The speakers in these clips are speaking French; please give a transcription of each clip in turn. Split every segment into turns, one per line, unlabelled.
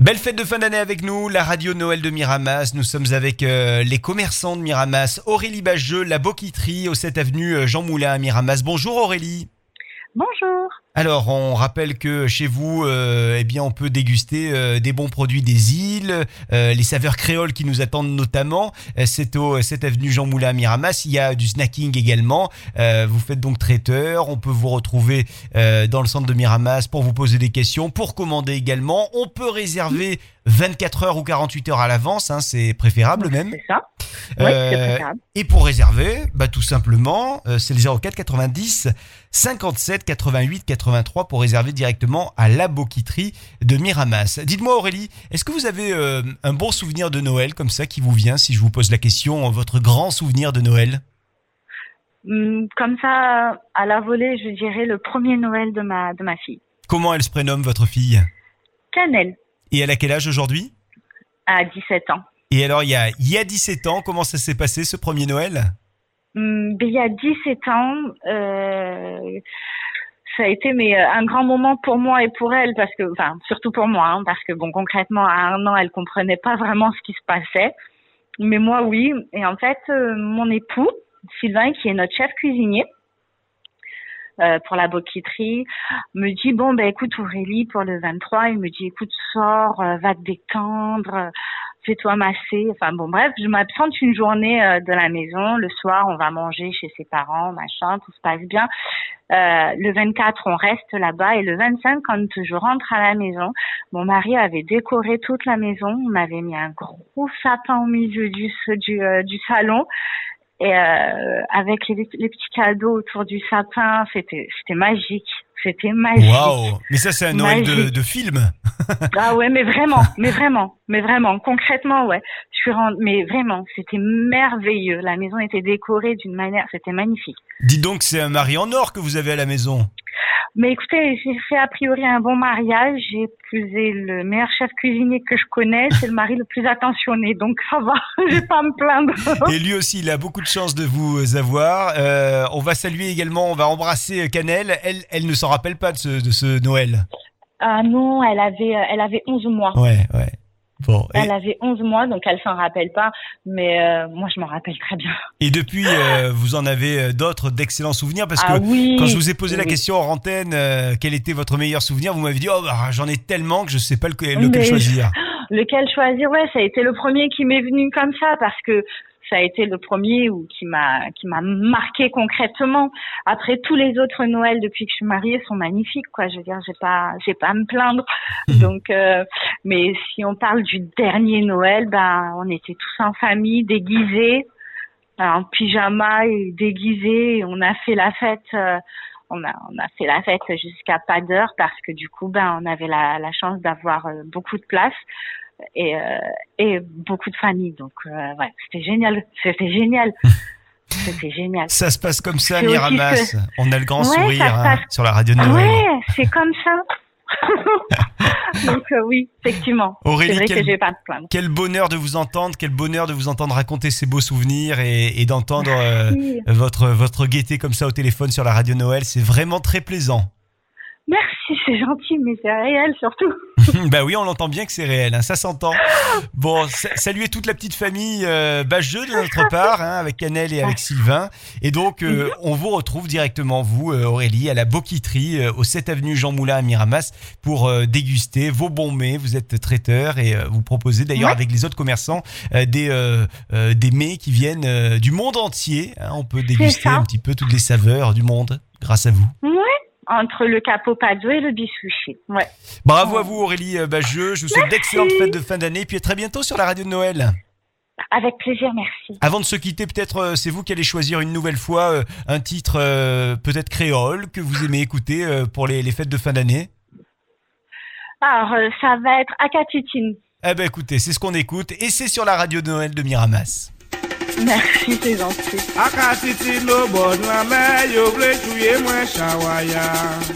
Belle fête de fin d'année avec nous, la radio Noël de Miramas. Nous sommes avec les commerçants de Miramas. Aurélie Bageux, la Boquiterie, au 7 avenue Jean Moulin à Miramas. Bonjour Aurélie.
Bonjour.
Alors, on rappelle que chez vous, on peut déguster des bons produits des îles, les saveurs créoles qui nous attendent notamment. C'est au 7 avenue Jean Moulin à Miramas. Il y a du snacking également. Vous faites donc traiteur. On peut vous retrouver dans le centre de Miramas pour vous poser des questions, pour commander également. On peut réserver 24 heures ou 48 heures à l'avance, hein, c'est préférable même.
C'est ça. Oui, c'est préférable.
Et pour réserver, tout simplement, c'est le 04 90 57 88 83 pour réserver directement à la Boquiterie de Miramas. Dites-moi Aurélie, est-ce que vous avez un bon souvenir de Noël comme ça qui vous vient, si je vous pose la question, votre grand souvenir de Noël?
Comme ça, à la volée, je dirais le premier Noël de ma fille.
Comment elle se prénomme, votre fille?
Cannelle.
Et elle a quel âge aujourd'hui?
À 17 ans.
Et alors, il y a 17 ans, comment ça s'est passé ce premier Noël?
Il y a 17 ans, ça a été un grand moment pour moi et pour elle, parce que, surtout pour moi, hein, parce que concrètement, à 1 an, elle comprenait pas vraiment ce qui se passait. Mais moi, oui. Et en fait, mon époux, Sylvain, qui est notre chef cuisinier, pour la Boquiterie, me dit écoute Aurélie, pour le 23, il me dit écoute, sors, va te détendre, fais-toi masser, bref, je m'absente une journée de la maison, le soir on va manger chez ses parents, machin, tout se passe bien. Le 24 on reste là-bas et le 25 quand je rentre à la maison, mon mari avait décoré toute la maison, on avait mis un gros sapin au milieu du salon. Et avec les petits cadeaux autour du sapin, c'était magique. C'était magique.
Waouh! Mais ça, c'est un Noël de film.
Ah ouais, mais vraiment. Concrètement, ouais. Mais vraiment, c'était merveilleux. La maison était décorée d'une manière, c'était magnifique.
Dites donc, c'est un mari en or que vous avez à la maison.
Mais écoutez, j'ai fait a priori un bon mariage. J'ai épousé le meilleur chef cuisinier que je connais. C'est le mari le plus attentionné. Donc ça va, je vais pas me plaindre.
Et lui aussi, il a beaucoup de chance de vous avoir. On va saluer également, on va embrasser Cannelle. Elle ne s'en rappelle pas de ce Noël.
Ah non, elle avait 11 mois.
Ouais. Bon,
elle avait 11 mois, donc elle s'en rappelle pas, mais moi je m'en rappelle très bien.
Et depuis, vous en avez d'autres d'excellents souvenirs, parce que quand je vous ai posé la question en antenne, quel était votre meilleur souvenir, vous m'avez dit j'en ai tellement que je sais pas lequel choisir.
Lequel choisir, ouais, ça a été le premier qui m'est venu comme ça, parce que ça a été le premier qui m'a marqué concrètement. Après, tous les autres Noëls depuis que je suis mariée sont magnifiques, quoi. Je veux dire, j'ai pas à me plaindre. Donc, mais si on parle du dernier Noël, on était tous en famille, déguisés, en pyjama et déguisés. Et on a fait la fête. On a fait la fête jusqu'à pas d'heure parce que du coup, on avait la chance d'avoir beaucoup de place. Et beaucoup de familles, donc c'était génial.
Ça se passe comme ça, Miramas. On a le grand sourire sur la radio de Noël.
Ouais, c'est comme ça. Donc oui, effectivement.
Aurélie,
c'est vrai que je vais pas me plaindre.
Quel bonheur de vous entendre, raconter ces beaux souvenirs et d'entendre votre gaieté comme ça au téléphone sur la radio Noël. C'est vraiment très plaisant.
Merci, c'est gentil, mais c'est réel surtout.
Oui, on l'entend bien que c'est réel, hein, ça s'entend. Bon, saluez toute la petite famille Bageux de notre part, hein, avec Cannelle et avec Sylvain. Et donc, on vous retrouve directement, vous, Aurélie, à la Boquiterie, au 7 avenue Jean Moulin à Miramas, pour déguster vos bons mets. Vous êtes traiteur et vous proposez d'ailleurs avec les autres commerçants des mets qui viennent du monde entier. Hein, on peut déguster un petit peu toutes les saveurs du monde grâce à vous.
Entre le capot pado et le bisouché. Ouais.
Bravo à vous Aurélie Bageux, je vous souhaite d'excellentes fêtes de fin d'année et puis à très bientôt sur la radio de Noël.
Avec plaisir, merci.
Avant de se quitter, peut-être c'est vous qui allez choisir une nouvelle fois un titre peut-être créole que vous aimez écouter pour les fêtes de fin d'année.
Alors ça va être Akatitine.
Écoutez, c'est ce qu'on écoute et c'est sur la radio de Noël de Miramas.
Merci, c'est gentil.
Akatiti no bonwa me yo ble tuye mwen shawaya.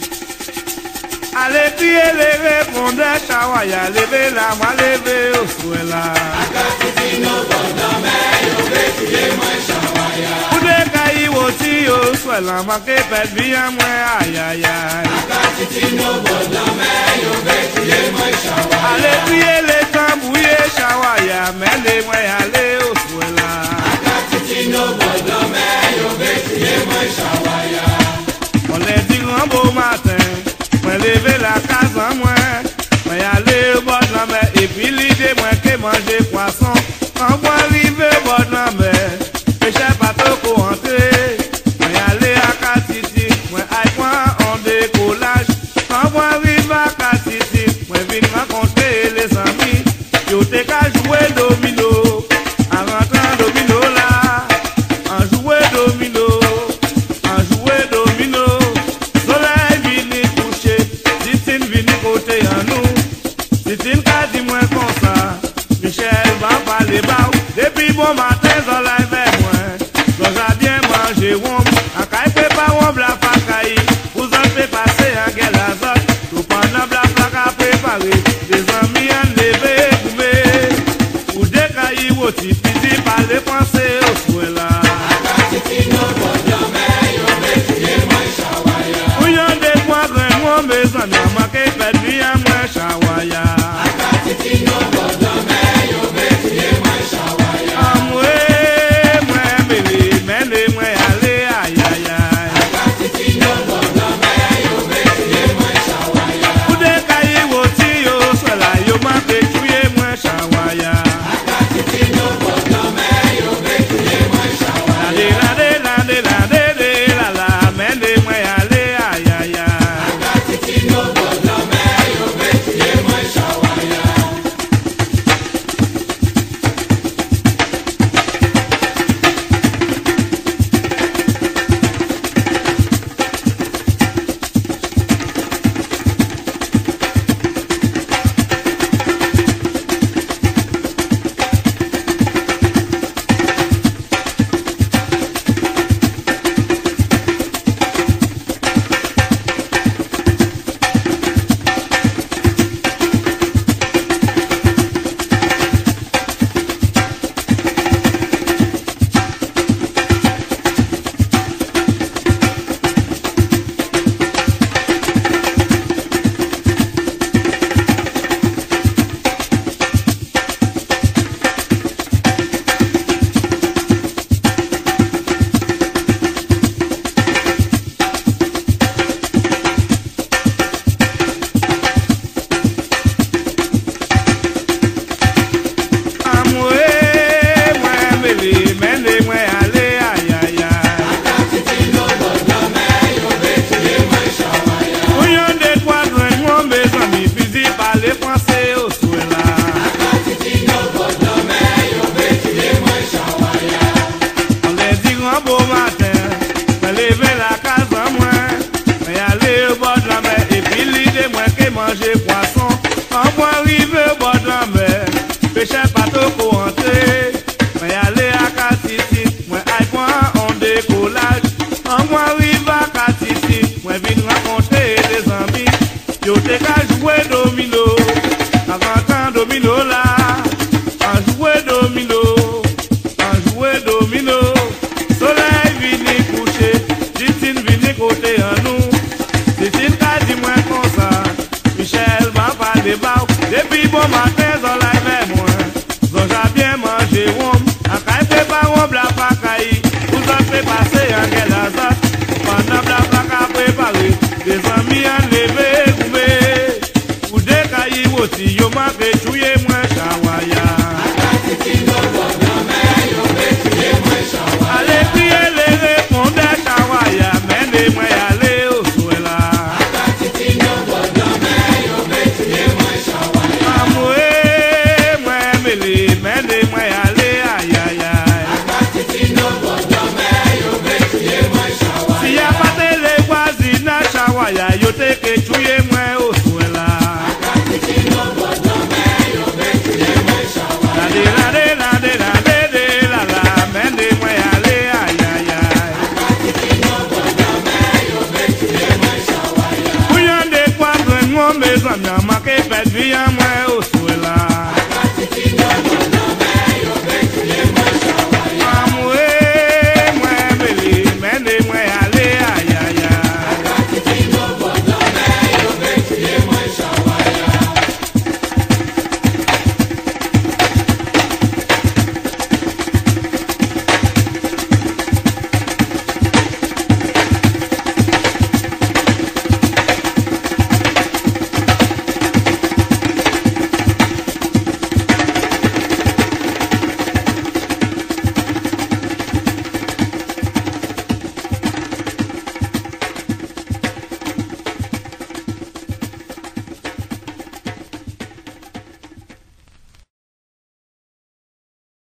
Ale piye leve fonde shawaya, leve la moi leve oswela.
Akatiti no bonwa me yo ble tuye mwen shawaya.
Ude kai woti oswela ma ke pet biya mwen ayaya.
Akatiti no bonwa me yo ble tuye mwen shawaya.
Ale piye et puis l'idée moi que manger poisson. Quand moi arrive bon la mer, pêche pas trop entrer. Moi aller à Katiti, moi aille point en décollage. Quand moi arrive à Katiti, moi viens rencontrer les amis. Yo t'es qu'à jouer domino, en rentrant domino là, en jouer domino, en jouer domino. Soleil vini coucher, Titine vini côté en nous. Titine qu'a dit moins comme ça, Michel va parler bas. Depuis bon matin, soleil vers moi, donc j'ai bien mangé rhum. En caille prépare rhum la pacaille, vous en faites passer en gueule à zot. Tout pendant la plaque à préparer, des amis en lever, ou des cailles ou tipi, par les pensées au souhait là. Ou y'en des points grands, mes amis, à manquer, fait nuit à moi, chawaya. Manger poisson, quand moi arrive au bord de la mer, pêcher pas trop entrer. Moi aller à Katiti, moi aille point en décollage. Quand moi arrive à Katiti, moi viens rencontrer des amis. Yo t'es qu'à jouer domino, en rentrant domino là, en jouer domino, en jouer domino. Soleil vini coucher, Titine vini côté en nous. Titine qu'a dit moi comme ça. Michel va parler bas, depuis bon matin, soleil vers moi. Donc j'ai bien mangé rhum, en caille prépare rhum la pacaille. Vous en faites passer en gueule à zot, pendant la plaque à préparer. Des amis en lever, ou des cailles aussi, yo m'a fait chouiller moi.